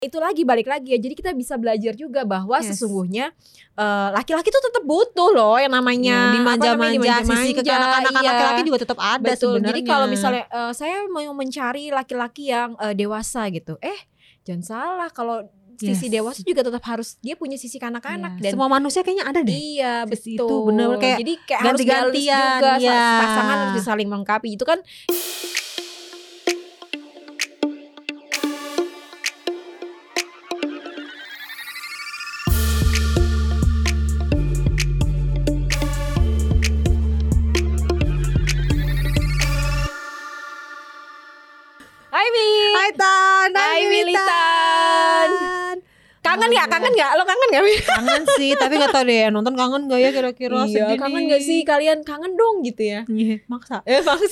Itu lagi balik lagi ya. Jadi kita bisa belajar juga bahwa sesungguhnya laki-laki tuh tetap butuh loh yang namanya dimanja-manja, sisi kekanak-kanakan laki-laki juga tetap ada sebenarnya. Jadi kalau misalnya saya mau mencari laki-laki yang dewasa gitu, jangan salah, kalau sisi dewasa juga tetap harus dia punya sisi kanak-kanak. Dan semua manusia kayaknya ada deh. Iya betul. Itu bener kayak jadi kayak harus ganti-gantian juga, pasangan harus saling melengkapi. Itu kan Hai Militan. Kangen gak? Lo kangen gak? Kangen sih, tapi gak tau deh nonton kangen gak ya kira-kira. Iya, kangen gak sih kalian? Kangen dong gitu ya. Iya, maksa.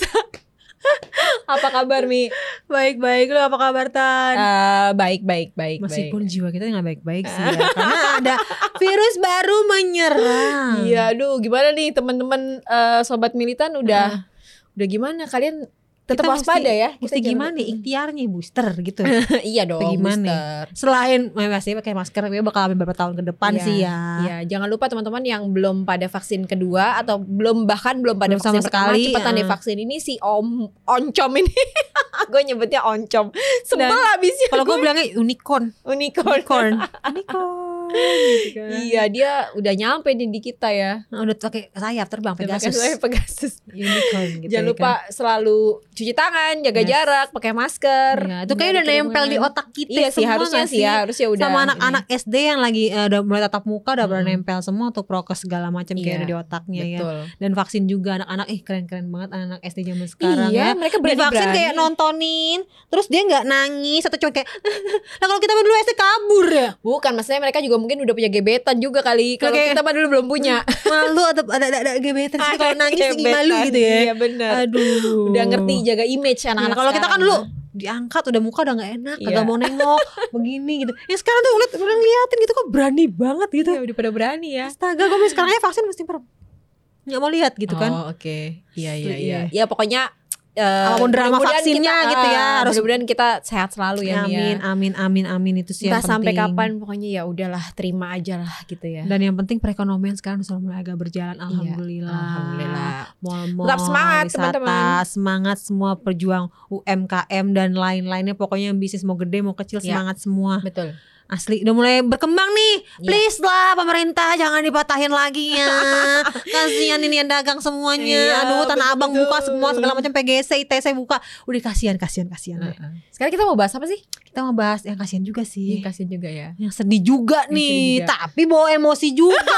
Apa kabar Mi? Baik-baik, lo apa kabar Tan? Baik. Meskipun jiwa kita gak baik-baik sih ya, karena ada virus baru menyerang. Iya, aduh gimana nih teman-teman sobat Militan udah gimana? Kalian tetap waspada ya. Mesti gimana ikhtiarnya booster gitu. Iya dong, booster. Selain masih pakai masker, tapi bakal beberapa tahun ke depan sih ya. Iya, jangan lupa teman-teman yang belum pada vaksin kedua atau belum pada vaksin sama sekali, cepetan divaksin ini si Oncom ini. Gue nyebutnya Oncom. Sebel abisnya. Kalau gue bilangnya unicorn. Gitu kan. Iya, dia udah nyampe di kita ya. Udah pakai sayap terbang Pegasus. Unicorn gitu. Jangan lupa selalu cuci tangan, jaga jarak, pakai masker. Iya, itu kayak udah nempel di otak kita. Iya sih, harusnya udah. Sama anak-anak SD yang lagi udah mulai tatap muka udah pernah nempel semua untuk prokes segala macam kayak ada di otaknya. Betul. Ya. Dan vaksin juga anak-anak keren-keren banget anak-anak SD zaman sekarang. Iya, mereka berani. Vaksin kayak nontonin, terus dia nggak nangis atau cuma kayak lah kalau kita dulu SD kabur ya. Bukan, maksudnya mereka juga mungkin udah punya gebetan juga kali. Kalau kita mah dulu belum punya. Malu atau ada gebetan sih kalau nangis lagi malu gitu ya. Iya benar. Aduh. Udah ngerti jaga image anak-anak. Kalau kita kan dulu diangkat udah muka udah nggak enak, kagak mau nengok begini gitu. Ya sekarang tuh udah ngeliatin gitu kok berani banget gitu. Ya udah pada berani ya. Astaga, gue sekarang aja vaksin mesti nggak mau lihat gitu kan. Oh oke. Iya. Ya pokoknya apapun drama vaksinnya kita, gitu ya, harus mudah-mudahan kita sehat selalu ya. Amin itu sih yang penting. Sampai kapan pokoknya ya udahlah, terima aja lah gitu ya. Dan yang penting perekonomian sekarang sudah mulai agak berjalan. Alhamdulillah. Mal-mal, tetap semangat wisata, teman-teman. Semangat semua perjuang UMKM dan lain-lainnya. Pokoknya yang bisnis mau gede mau kecil semangat semua. Betul. Asli udah mulai berkembang nih. Please lah pemerintah jangan dipatahin lagi ya. Kasihan ini yang dagang semuanya. Aduh, Tanah Abang buka semua segala macam, PGC, ITC buka. Udah kasihan. Sekarang kita mau bahas apa sih? Kita mau bahas yang kasihan juga sih. Yang kasihan juga ya. Yang sedih juga nih, tapi bawa emosi juga.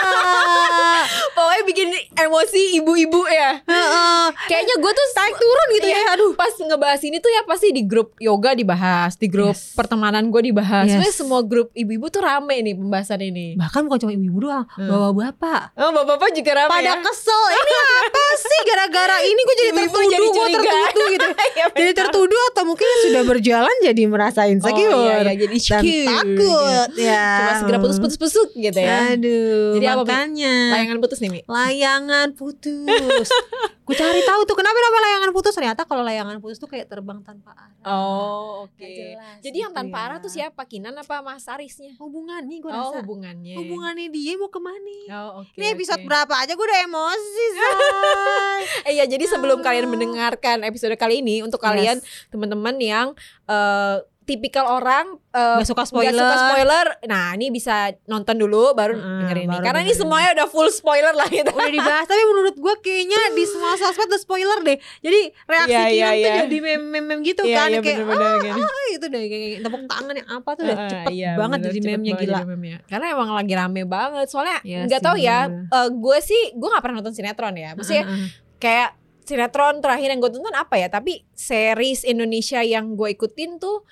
Pokoknya bikin emosi ibu-ibu ya. Kayaknya gue tuh naik turun gitu ya. Aduh, pas ngebahas ini tuh ya pasti di grup yoga dibahas, di grup pertemanan gue dibahas. Sebenarnya semua grup ibu-ibu tuh rame nih pembahasan ini. Bahkan bukan cuma ibu-ibu doang, bapak-bapak. Oh, bapak-bapak juga rame. Pada kesel. Ini apa sih gara-gara ini gue jadi tertuduh, gitu. Jadi tertuduh atau mungkin sudah berjalan jadi merasa insecure. Iya, jadi dan takut ya. Cuma segera putus gitu ya. Aduh, jadi makanya layangan putus nih Mi. Layangan putus. Gue cari tahu tuh kenapa namanya layangan putus. Ternyata kalau layangan putus tuh kayak terbang tanpa arah. Oh, oke. Jadi gitu yang tanpa arah tuh siapa? Kinan apa Mas Arisnya? Hubungannya gue rasa. Hubungannya dia mau kemana? Oh, oke. Ini episode berapa aja gue udah emosi, Iya, jadi sebelum kalian mendengarkan episode kali ini, untuk kalian teman-teman yang tipikal orang gak suka spoiler. Nah ini bisa nonton dulu baru dengerin ini. Karena ini semuanya udah full spoiler lah gitu. Udah dibahas. Tapi menurut gue kayaknya di semua sosmed udah spoiler deh. Jadi reaksi Kinan tuh jadi meme gitu kan. Kayak itu deh kayak tepuk tangan yang apa tuh udah cepet banget jadi meme-nya gila. Karena emang lagi rame banget. Soalnya gak tahu ya, gue gak pernah nonton sinetron ya. Maksudnya kayak sinetron terakhir yang gue tonton apa ya. Tapi series Indonesia yang gue ikutin tuh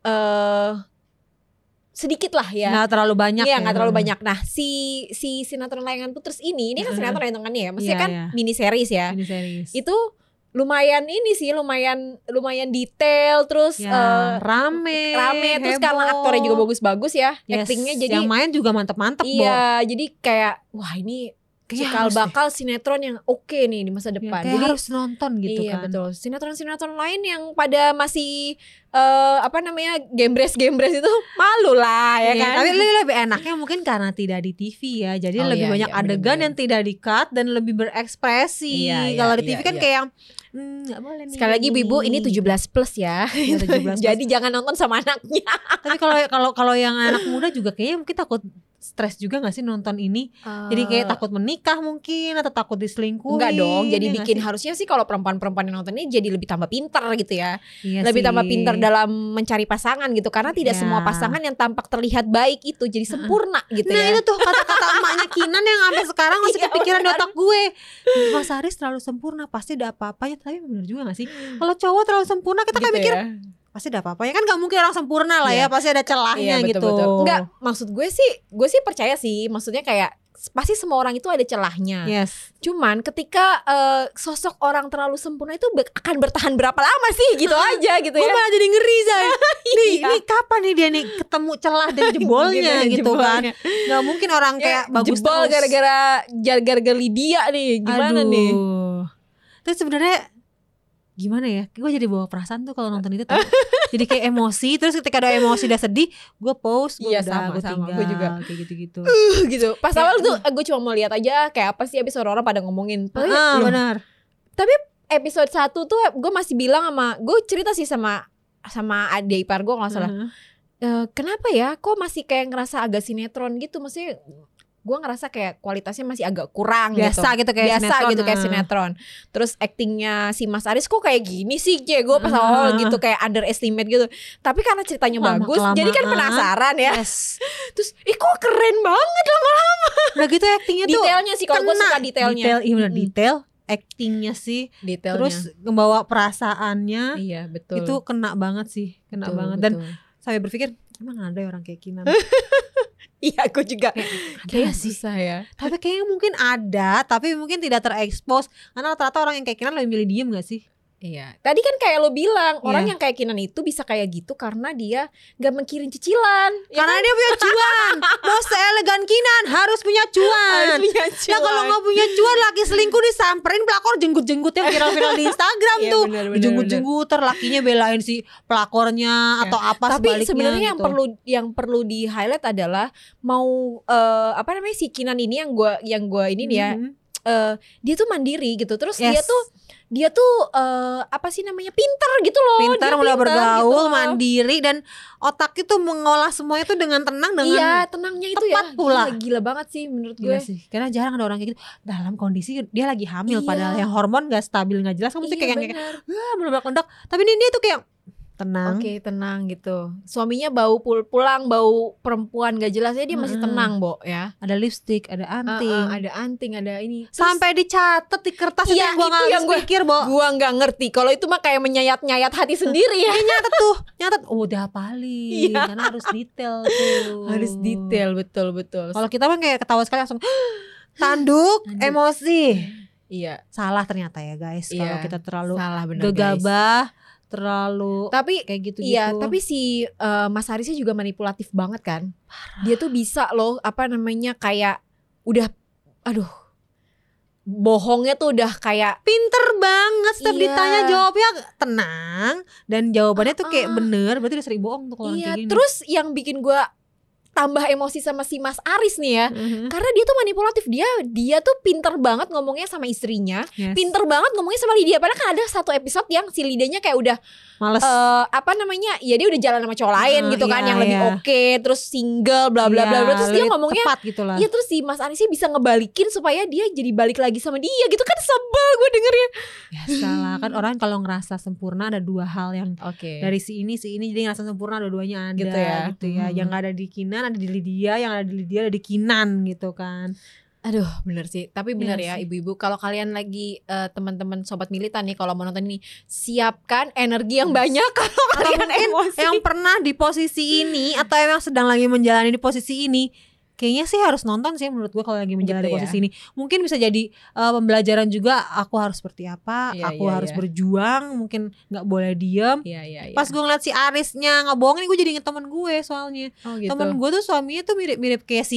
sedikit lah ya. Nggak terlalu banyak. Iya, nggak terlalu banyak. Nah, si sinetron Layangan Putus ini kan sinetron hitungannya ya. Maksudnya kan mini series ya. Itu lumayan ini sih, lumayan detail, terus rame terus karena aktornya juga bagus-bagus ya, actingnya jadi yang main juga mantep-mantep. Iya, jadi kayak wah ini cikal bakal sinetron yang oke nih di masa depan. Jadi harus nonton gitu iya, kan. Betul. Sinetron-sinetron lain yang pada masih gembres itu malu lah ya kan. Tapi lebih enaknya mungkin karena tidak di TV ya. Jadi lebih banyak adegan yang tidak di-cut dan lebih berekspresi. Kalau di TV kan kayak yang gak boleh nih. Sekali lagi Ibu, ini 17 plus ya. 17 Jadi jangan nonton sama anaknya. Tapi kalau yang anak muda juga kayaknya mungkin takut stres juga gak sih nonton ini? Jadi kayak takut menikah mungkin atau takut diselingkuhin. Enggak dong, jadi bikin harusnya sih kalau perempuan-perempuan yang nonton ini jadi lebih tambah pintar gitu ya. Lebih tambah pintar dalam mencari pasangan gitu. Karena tidak semua pasangan yang tampak terlihat baik itu jadi sempurna gitu ya. Nah itu tuh kata-kata emaknya Kinan yang sampai sekarang masih kepikiran di otak gue. Mas Haris terlalu sempurna, pasti ada apa-apanya. Tapi bener juga gak sih? Kalau cowok terlalu sempurna kita kayak mikir pasti ada apa-apanya kan, gak mungkin orang sempurna lah ya, pasti ada celahnya gitu. Betul. Enggak, maksud gue sih percaya sih, maksudnya kayak pasti semua orang itu ada celahnya. Cuman ketika sosok orang terlalu sempurna itu akan bertahan berapa lama sih gitu aja gitu ya. Gue malah jadi ngeri Zay. Ini kapan nih dia nih ketemu celah dan jebolnya gitu kan. Gak mungkin orang kayak bagus jebol gara-gara Lydia nih. Gimana nih? Terus sebenarnya gimana ya, gue jadi bawa perasaan tuh kalau nonton itu tuh. Jadi kayak emosi, terus ketika ada emosi udah sedih, gue pause, gue udah, gue tinggal, gue juga kayak gitu-gitu. Gitu. Pas awal tuh gue cuma mau lihat aja kayak apa sih, abis orang-orang pada ngomongin. Benar. Tapi episode 1 tuh gue masih bilang gue cerita sih sama adik ipar gue kalau nggak salah. Kenapa ya, kok masih kayak ngerasa agak sinetron gitu, maksudnya gue ngerasa kayak kualitasnya masih agak kurang biasa gitu kayak sinetron. Terus actingnya si Mas Aris kok kayak gini sih, kayak gue pas awal gitu kayak underestimate gitu. Tapi karena ceritanya bagus, jadi kan penasaran ya. Terus kok keren banget lama-lama. Udah gitu actingnya tuh detailnya sih, kalau gue suka detailnya. Detail actingnya sih, terus membawa perasaannya. Iya betul. Itu kena banget sih, banget. Dan saya berpikir emang ada orang kayak Kinan. Iya, aku juga kayak susah ya. Tapi kayaknya mungkin ada, tapi mungkin tidak terekspos. Karena rata-rata orang yang kayak Kinan lebih milih diem gak sih? Iya. Tadi kan kayak lo bilang, orang yang kayak Kinan itu bisa kayak gitu karena dia gak mikirin cicilan. Karena dia punya cuan. Bos elegan Kinan harus punya cuan. Nah kalau gak punya cuan, laki selingkuh disamperin pelakor jenggut-jenggut yang viral-viral di Instagram tuh. Jenggut-jenggut, lakinya belain si pelakornya atau apa sebaliknya. Tapi sebenarnya gitu. yang perlu di highlight adalah si Kinan ini yang gue ini dia dia tuh mandiri gitu. Terus dia tuh pintar gitu loh. Pintar, mudah bergaul, gitu. Mandiri, dan otak itu mengolah semuanya itu dengan tenang, dengan tenangnya itu tepat pula. Gila banget sih menurut gue. Sih. Karena jarang ada orang kayak gitu dalam kondisi dia lagi hamil, padahal yang hormon gak stabil, gak jelas, kamu kayak meledak-ledak. Tapi dia tuh kayak tenang. Oke, tenang gitu. Suaminya bau pulang bau perempuan gak jelas ya, dia masih tenang, Bo ya. Ada lipstick, ada anting, ada ini. Terus, sampai dicatat di kertas itu yang gue nggak pikir, Bo. Gua nggak ngerti. Kalau itu mah kayak menyayat-nyayat hati sendiri ya. nyatet. Udah hafalin. Karena harus detail tuh. Harus detail, betul. Kalau kita mah kayak ketawa sekali langsung tanduk, emosi. Iya. Salah ternyata ya guys. Kalau kita terlalu gegabah. Terlalu kayak gitu-gitu. Iya, tapi si Mas Harisnya juga manipulatif banget kan. Parah. Dia tuh bisa loh kayak udah bohongnya tuh udah kayak pinter banget. Setiap ditanya jawabnya tenang, dan jawabannya tuh kayak bener. Berarti udah sering bohong tuh kalau kayak gini. Terus yang bikin gue tambah emosi sama si Mas Aris nih ya, karena dia tuh manipulatif. Dia tuh pinter banget ngomongnya sama istrinya, pinter banget ngomongnya sama Lydia. Padahal kan ada satu episode yang si Lydianya kayak udah males, ya dia udah jalan sama cowok lain gitu kan, yang lebih oke, terus single bla bla bla, terus dia ngomongnya tepat gitu lah. Iya, terus si Mas Arisnya bisa ngebalikin supaya dia jadi balik lagi sama dia gitu kan. Sebel gue dengernya. Biasalah kan, orang kalau ngerasa sempurna ada dua hal yang dari si ini jadi ngerasa sempurna, dua-duanya ada gitu ya. Yang gak ada di Kinan ada di Lydia, yang ada di Lydia ada di Kinan gitu kan. Aduh, bener sih. Tapi bener ya ibu-ibu, kalau kalian lagi teman-teman sobat militan nih, kalau mau nonton ini, siapkan energi yang banyak. Kalau kalian emosi, yang pernah di posisi ini atau yang sedang lagi menjalani di posisi ini, kayaknya sih harus nonton sih menurut gue kalau lagi menjalani posisi ini. Mungkin bisa jadi pembelajaran juga. Aku harus seperti apa, aku harus berjuang, mungkin gak boleh diem. Pas gue ngeliat si Arisnya ngebohongin, gue jadi inget temen gue soalnya. Temen gue tuh suaminya tuh mirip-mirip kayak si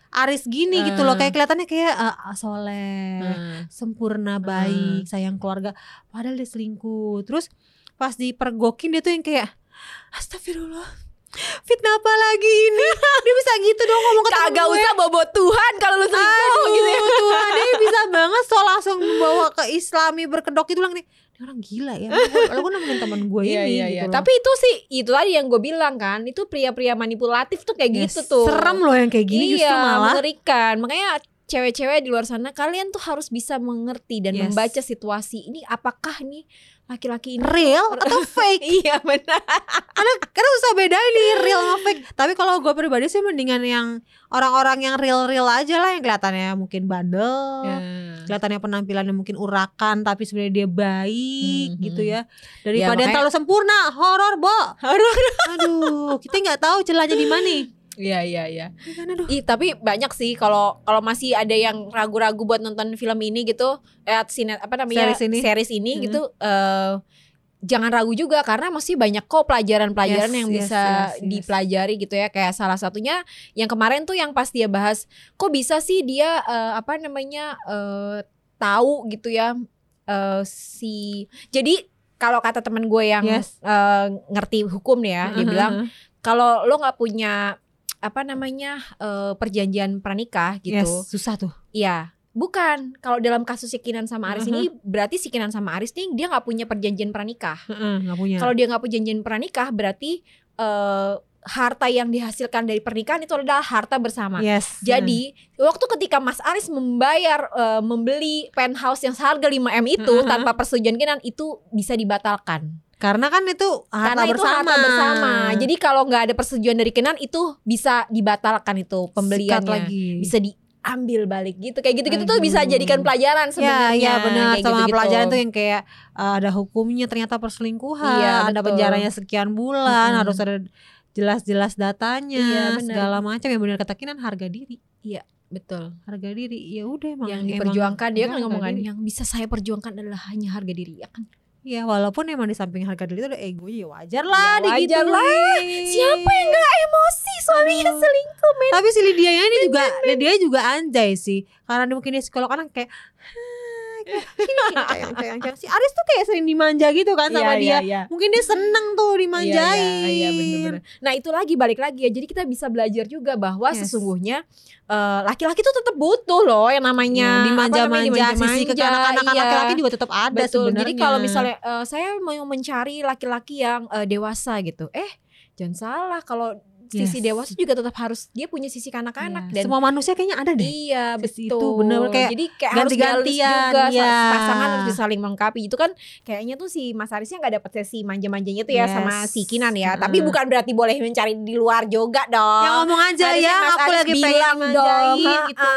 Aris gini gitu loh, kayak kelihatannya kayak soleh, sempurna, baik, sayang keluarga, padahal dia selingkuh. Terus pas dipergokin dia tuh yang kayak astagfirullah, fitnah apa lagi ini? Dia bisa gitu dong ngomong ke temen gue. Kagak usah bawa Tuhan kalau lu selingkuh gitu ya. Tuhan, dia bisa banget langsung bawa ke Islami berkedok itu, bilang nih, ini orang gila ya. Lalu gue nemenin temen gue ini gitu loh. Tapi itu sih, itu tadi yang gue bilang kan, itu pria-pria manipulatif tuh kayak gitu tuh. Serem loh yang kayak gini, justru malah mengerikan. Makanya cewek-cewek di luar sana, kalian tuh harus bisa mengerti dan membaca situasi ini, apakah nih laki-laki ini real atau fake. Iya benar. Karena susah bedain nih real sama fake. Tapi kalau gue pribadi sih mendingan yang orang-orang yang real aja lah, yang kelihatannya mungkin bandel, kelihatannya penampilannya mungkin urakan tapi sebenarnya dia baik gitu ya. Daripada yang terlalu sempurna, horor, horor. Aduh, kita nggak tahu celahnya di mana. Iya. Tapi banyak sih kalau masih ada yang ragu-ragu buat nonton film ini gitu, series ini gitu, jangan ragu juga, karena masih banyak kok pelajaran-pelajaran yang bisa dipelajari gitu ya. Kayak salah satunya yang kemarin tuh yang pas dia bahas, kok bisa sih dia tahu gitu ya, jadi kalau kata teman gue yang ngerti hukum nih ya, dia bilang kalau lo nggak punya perjanjian pranikah gitu, susah tuh. Iya, bukan. Kalau dalam kasus si Kinan sama Aris ini, berarti si Kinan sama Aris nih dia nggak punya perjanjian pranikah. Nggak punya. Kalau dia nggak punya perjanjian pranikah, berarti harta yang dihasilkan dari pernikahan itu adalah harta bersama. Jadi waktu ketika Mas Aris membeli penthouse yang seharga 5M itu tanpa persetujuan Kinan, itu bisa dibatalkan. Karena kan itu harta bersama. Jadi kalau nggak ada persetujuan dari Kinan, itu bisa dibatalkan, itu pembeliannya bisa diambil balik gitu. Kayak gitu-gitu tuh bisa jadikan pelajaran sebenarnya. Iya benar. Sama gitu-gitu. Pelajaran tuh yang kayak ada hukumnya ternyata perselingkuhan, ada penjaranya sekian bulan, harus ada jelas-jelas datanya, segala macam. Yang benar kata Kinan, harga diri. Iya. Betul, harga diri. Ya udah, emang yang diperjuangkan, dia kan ngomongan yang bisa saya perjuangkan adalah hanya harga diri, ya kan. Ya walaupun emang di samping harga diri itu ada ego, ya wajar lah, wajar lah. Siapa yang gak emosi suaminya selingkuh, men? Tapi si Lydia ini Lydia juga anjay sih, karena mungkin dia psikolog, kan kayak sayang. Si Aris tuh kayak sering dimanja gitu kan sama dia. Mungkin dia seneng tuh dimanjain. Iya, bener-bener. Nah itu balik lagi ya. Jadi kita bisa belajar juga bahwa sesungguhnya laki-laki tuh tetap butuh loh yang namanya dimanja-manja, sisi kekanak-kanakan laki-laki juga tetap ada sebenarnya. Jadi kalau misalnya saya mau mencari laki-laki yang dewasa gitu, jangan salah, kalau sisi dewasa juga tetap harus dia punya sisi kanak-kanak, dan semua manusia kayaknya ada deh. Iya, betul. Itu bener kayak jadi kayak ganti-gantian juga, pasangan harus saling melengkapi. Itu kan kayaknya tuh si Mas Arisnya nggak dapet sesi manja-manjanya tuh ya sama si Kinan ya. Tapi bukan berarti boleh mencari di luar juga dong. Ya ngomong aja Harusnya ya, aku lagi pengen manjain gitu.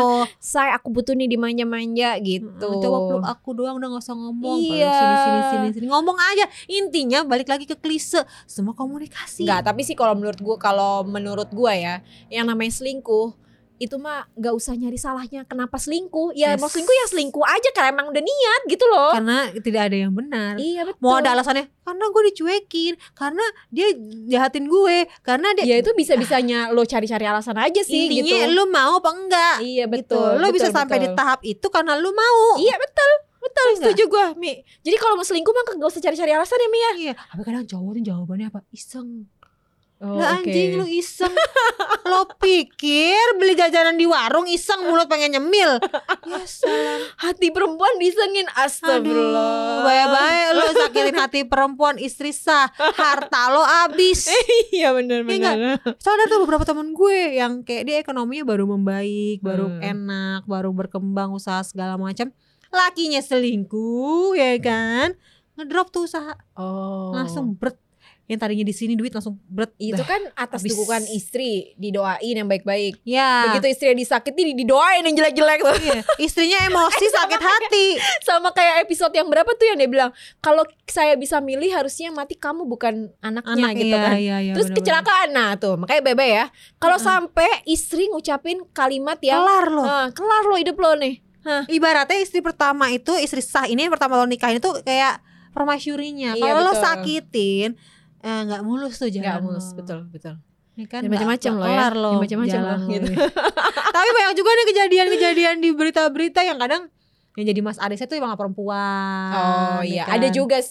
Aku butuh nih dimanja-manja gitu. Coba peluk aku doang, udah gak usah ngomong. Sini. Ngomong aja. Intinya balik lagi ke klise, semua komunikasi. Enggak, tapi sih kalau menurut gue ya, yang namanya selingkuh itu mah gak usah nyari salahnya kenapa selingkuh. Ya mau selingkuh ya selingkuh aja, karena emang udah niat gitu loh. Karena tidak ada yang benar. Iya, betul. Mau ada alasannya, karena gue dicuekin, karena dia jahatin gue, karena dia. Ya itu bisa-bisanya lo cari-cari alasan aja sih. Intinya gitu. lo mau apa enggak. Iya betul. Lo bisa sampai di tahap itu karena lo mau. Iya betul, setuju gue, Mi. Jadi kalau mau selingkuh mah gak usah cari-cari alasan ya, Mi ya. Iya. Tapi kadang cowok tuh jawabannya apa? Iseng. Lah anjing, lu iseng. Lo pikir beli jajanan di warung iseng, mulut pengen nyemil. Ya salam. Hati perempuan disengin, astagfirullah. Baik-baik lo sakitin hati perempuan, istri sah, harta lo abis. Iya benar. Soalnya tuh beberapa temen gue yang kayak dia ekonominya baru membaik, baru enak, baru berkembang usaha segala macam. Lakinya selingkuh ya kan, ngedrop tuh usaha. Langsung berat. Yang tadinya di sini duit langsung berat. Itu kan atas dukungan istri, didoain yang baik-baik. Ya. Begitu istrinya disakiti, didoain yang jelek-jelek tuh. Iya. Istrinya emosi, sakit hati. Sama kayak episode yang berapa tuh yang dia bilang, kalau saya bisa milih harusnya mati kamu bukan anaknya gitu kan. Iya, terus kecelakaan. Nah tuh makanya Bebe ya, kalau sampai istri ngucapin kalimat yang kelar lo hidup lo nih. Ibaratnya istri pertama itu, istri sah ini yang pertama lo nikahin itu kayak permasyurinya. Kalau lo sakitin, nggak mulus tuh jalan. Nggak mulus, betul. Ya kan, macam-macam loh ya. Macam-macam loh gitu. Tapi banyak juga nih kejadian-kejadian di berita-berita yang kadang yang jadi Mas Arisnya tuh emang perempuan. Oh iya, kan? Ada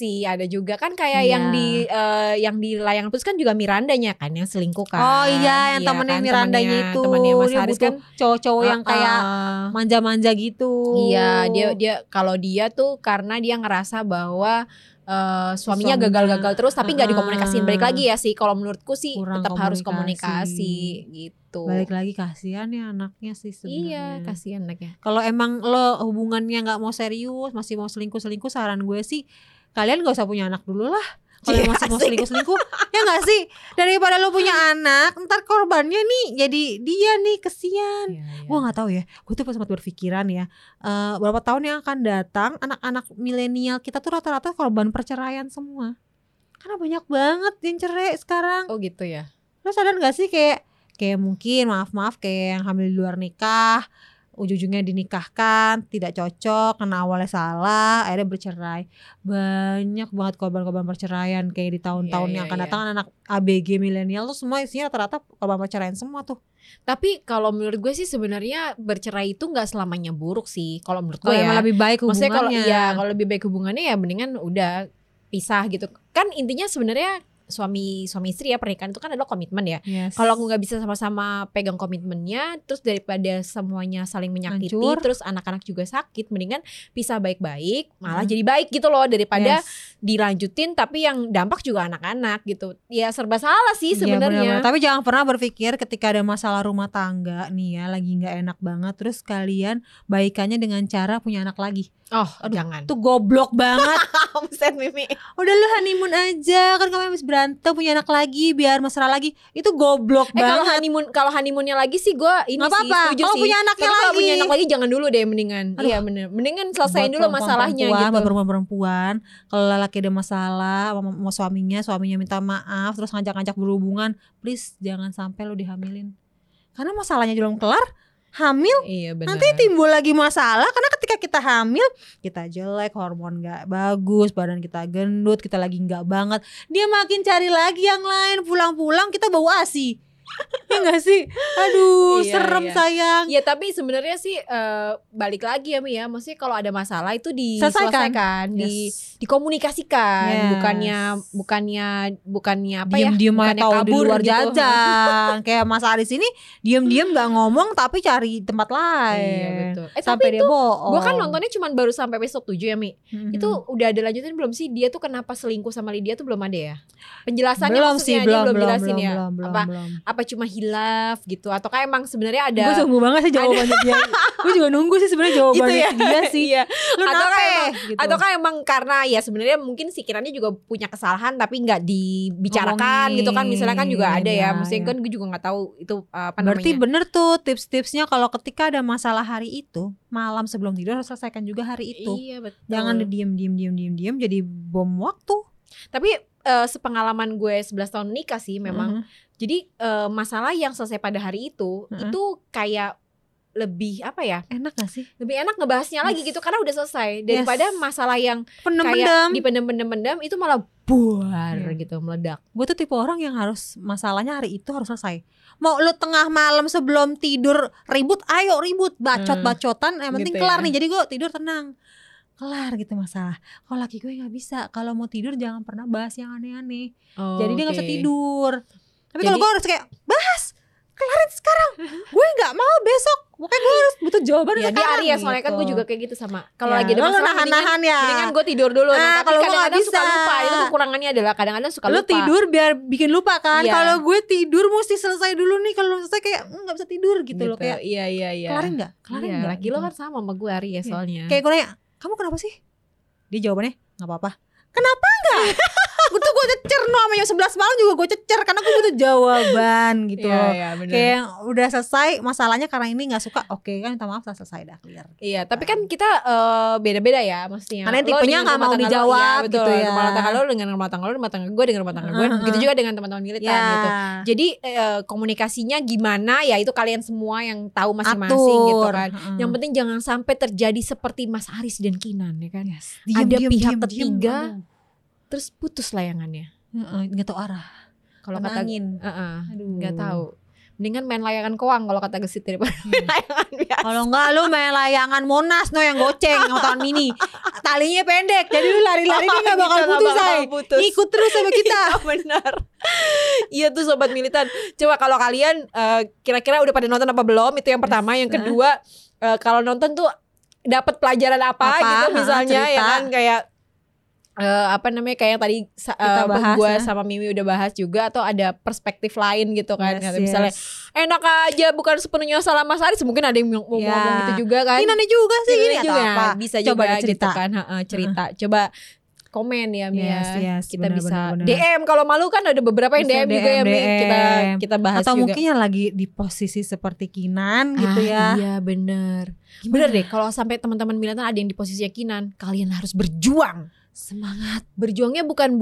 juga kan kayak yang di Layangan Putus kan juga Mirandanya kan yang selingkuh kan. Oh iya, yang temennya kan? Mirandanya itu. Temennya Mas Aris kan cowok-cowok yang kayak manja-manja gitu. Iya, dia kalau dia tuh karena dia ngerasa bahwa suaminya gagal-gagal terus tapi nggak dikomunikasiin. Balik lagi ya sih, kalau menurutku sih tetap harus komunikasi gitu. Balik lagi, kasihan ya anaknya sih sebenarnya. Iya, kasihan anaknya. Kalau emang lo hubungannya nggak mau serius, masih mau selingkuh, saran gue sih kalian gak usah punya anak dulu lah. Kalau masih mau selingkuh ya nggak sih, daripada lo punya anak ntar korbannya nih jadi dia nih, kesian. Gue nggak tahu ya, gue tuh sempat berpikiran ya, beberapa tahun yang akan datang anak-anak milenial kita tuh rata-rata korban perceraian semua, karena banyak banget yang cerai sekarang. Oh gitu ya. Lo sadar nggak sih kayak mungkin maaf kayak yang hamil di luar nikah, ujung-ujungnya dinikahkan, tidak cocok, karena awalnya salah, akhirnya bercerai. Banyak banget korban-korban perceraian kayak di tahun-tahun yang akan datang. Anak ABG milenial tuh semua isinya rata-rata korban perceraian semua tuh. Tapi kalau menurut gue sih sebenarnya bercerai itu nggak selamanya buruk sih. Kalau menurut gue ya lebih baik hubungannya. Maksudnya kalau lebih baik hubungannya ya mendingan udah pisah gitu. Kan intinya sebenarnya suami istri ya, pernikahan itu kan adalah komitmen ya. Kalau aku nggak bisa sama-sama pegang komitmennya, terus daripada semuanya saling menyakiti, terus anak-anak juga sakit, mendingan pisah baik-baik, malah jadi baik gitu loh, daripada dilanjutin tapi yang dampak juga anak-anak gitu. Ya serba salah sih sebenarnya. Tapi jangan pernah berpikir ketika ada masalah rumah tangga nih ya, lagi nggak enak banget, terus kalian baikannya dengan cara punya anak lagi. Oh, jangan. Tuh goblok banget. Buset Mimi. Udah lu honeymoon aja, kan kamu habis berantem punya anak lagi biar mesra lagi. Itu goblok banget. Kalau honeymoonnya lagi sih gue ini gak sih apa-apa. Setuju kalo sih. Punya anaknya lagi. Kalau punya anak lagi jangan dulu deh mendingan. Iya bener. Mendingan selesaiin dulu masalahnya gitu. Buat perempuan, kalau laki ada masalah sama suaminya minta maaf terus ngajak-ngajak berhubungan, please jangan sampai lu dihamilin. Karena masalahnya belum kelar. Hamil, nanti timbul lagi masalah karena ketika kita hamil kita jelek, hormon gak bagus, badan kita gendut, kita lagi gak banget, dia makin cari lagi yang lain, pulang-pulang kita bau ASI. Ya gak sih? Aduh serem sayang. Ya tapi sebenarnya sih balik lagi ya Mi ya, maksudnya kalau ada masalah itu diselesaikan, dikomunikasikan, bukannya apa diem-diem bukannya atau kabur di luar gitu. Jajan. Kayak Mas Aris ini diem-diem gak ngomong tapi cari tempat lain. Iya betul. Sampai tapi dia bohong. Gue kan nontonnya cuma baru sampai episode 7 ya Mi. Itu udah ada lanjutin belum sih? Dia tuh kenapa selingkuh sama Lydia tuh belum ada ya? Penjelasannya belum maksudnya sih, dia belum jelasin ya. Belum. Apa cuma hilaf gitu atau kayak emang sebenarnya ada. Gue sungguh banget sih jawabannya dia. Gue juga nunggu sih sebenarnya jawabannya gitu ya? dia sih. Iya. Lu atau kan emang karena ya sebenarnya mungkin pikirannya juga punya kesalahan tapi nggak dibicarakan gitu kan, misalnya kan juga ada ya. Maksudnya kan gue juga nggak tahu itu apa namanya. Berarti bener tuh tips-tipsnya kalau ketika ada masalah hari itu, malam sebelum tidur harus selesaikan juga hari itu. Iya betul. Jangan diem jadi bom waktu. Tapi sepengalaman gue 11 tahun nikah sih memang. Jadi masalah yang selesai pada hari itu kayak lebih apa ya? Enak gak sih? Lebih enak ngebahasnya lagi gitu karena udah selesai daripada masalah yang pendem-pendem. Kayak dipendem-pendem itu malah buar gitu, meledak. Gue tuh tipe orang yang harus masalahnya hari itu harus selesai. Mau lu tengah malam sebelum tidur ribut, ayo ribut, bacot-bacotan, yang penting gitu kelar ya. nih. Jadi gue tidur tenang. Kelar gitu masalah. Kalau laki gue nggak bisa. Kalau mau tidur jangan pernah bahas yang aneh-aneh. Jadi dia nggak bisa tidur. Tapi kalau gue harus kayak bahas, kelarin sekarang. Gue nggak mau besok. Makanya gue harus butuh jawaban sekarang. Dia Aries gitu. soalnya kan gue juga kayak gitu sama. Kalau lagi ada masalah nahan-nahan ya. Mendingan gue tidur dulu. Nah, tapi kalau kadang-kadang suka lupa. Itu kekurangannya adalah kadang-kadang suka lupa. Lu tidur biar bikin lupa kan. Kalau gue tidur mesti selesai dulu nih. Kalau selesai kayak nggak bisa tidur gitu loh kayak. Iya. Kelarin nggak? Lagi lo kan sama gue Aries soalnya. Kayak gue nanya, kamu kenapa sih? Dia jawabannya nggak apa-apa. Kenapa enggak? Gue cecer sama jam 11 malam juga gue cecer karena gue butuh jawaban gitu loh. Kayak udah selesai masalahnya karena ini nggak suka, oke kan minta maaf selesai dah clear. Iya, tapi kan kita beda-beda ya maksudnya. Karena tipenya nggak mau dijawab gitu ya. Rumah tangga lo dengan rumah tangga lo, rumah tangga gue dengan rumah tangga gue. Begitu juga dengan teman-teman militan gitu. Jadi komunikasinya gimana ya itu kalian semua yang tahu masing-masing gitu kan. Yang penting jangan sampai terjadi seperti Mas Aris dan Kinan ya kan. Ada pihak ketiga. Terus putus layangannya. Nggak tahu arah. Kalau kena kata angin. Aduh, nggak tahu. Mendingan main layangan koang kalau kata gesit daripada main layangan biasa. Kalau enggak lu main layangan Monas yang goceng yang tahun mini. Talinya pendek jadi lu lari-lari dia gak bakal putus. Ikut terus sama kita. Iya, benar. Iya tuh Sobat Militan. Coba kalau kalian kira-kira udah pada nonton apa belum? Itu yang pertama. Yang kedua kalau nonton tuh dapat pelajaran apa gitu misalnya cerita. Ya kan kayak kayak yang tadi gue sama Mimi udah bahas juga, atau ada perspektif lain gitu kan. Misalnya enak aja bukan sepenuhnya salah Mas Aris, mungkin ada yang mau ngomong gitu juga kan. Ini juga sih ini juga apa. Bisa coba juga cerita. Gitu kan. Coba komen ya Mia. Kita bener, bisa bener. DM kalau malu kan ada beberapa yang DM juga ya Mi. Kita bahas atau juga. Mungkin yang lagi di posisi seperti Kinan gitu ya. Iya bener. Bener deh, kalau sampai teman-teman Militan ada yang di posisinya Kinan, kalian harus berjuang. Semangat. Berjuangnya bukan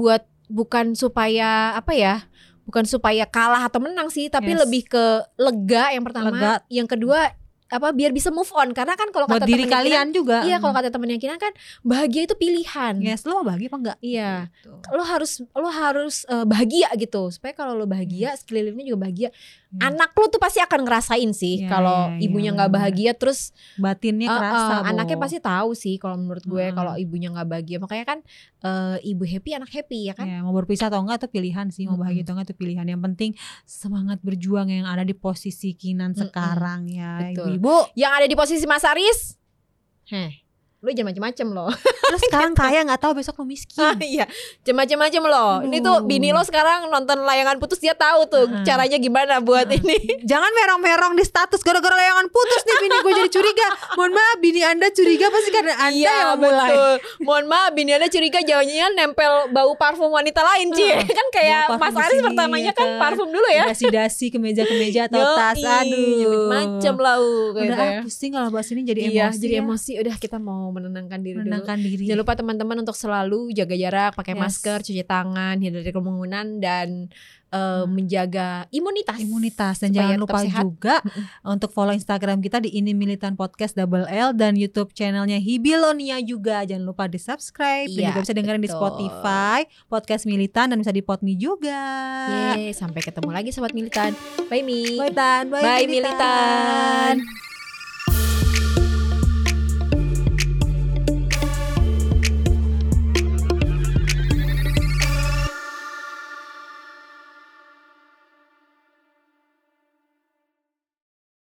supaya bukan supaya kalah atau menang sih, tapi lebih ke lega yang pertama. Yang kedua biar bisa move on, karena kan kalau kata diri kalian juga. Iya, kalau kata temennya Kinan kan bahagia itu pilihan. Lo mau bahagia apa enggak? Iya. Gitu. Lo harus bahagia gitu. Supaya kalau lo bahagia, sekelilingnya juga bahagia. Anak lo tuh pasti akan ngerasain sih kalau ibunya nggak bahagia, terus batinnya kerasa. Anaknya pasti tahu sih kalau menurut gue kalau ibunya nggak bahagia. Makanya kan ibu happy, anak happy ya kan. Mau berpisah atau enggak itu pilihan sih, mau bahagia atau enggak itu pilihan. Yang penting semangat berjuang yang ada di posisi Kinan sekarang ya. Betul. Ibu yang ada di posisi Mas Aris. Lu jangan macem-macem loh. Lu sekarang kaya gak tahu besok lu miskin. Iya, macem-macem loh. Ini tuh bini lo sekarang nonton layangan putus, dia tahu tuh caranya gimana buat ini. Jangan merong-merong di status gara-gara layangan putus nih bini gue jadi curiga. Mohon maaf bini Anda curiga pasti karena Anda yang mulai. Betul. Mohon maaf bini Anda curiga jangan-jangan nempel bau parfum wanita lain Ci. Kan kayak Mas Aris pertamanya kan parfum dulu ya. Dasi-dasi ke meja-kemeja atau tas. Aduh, macem lah. Udah pusing kalau bahas ini jadi emosi. Iya, jadi emosi. Udah kita mau menenangkan diri dulu. Jangan lupa teman-teman untuk selalu jaga jarak, pakai masker, cuci tangan, hindari kerumunan, dan menjaga imunitas. Dan jangan lupa juga untuk follow Instagram kita di Ini Militan Podcast _L, dan YouTube channelnya Hibilonia juga. Jangan lupa di subscribe. Dan juga bisa dengerin di Spotify Podcast Militan, dan bisa di Podme juga. Sampai ketemu lagi Sobat Militan. Bye Mi. Bye Militan.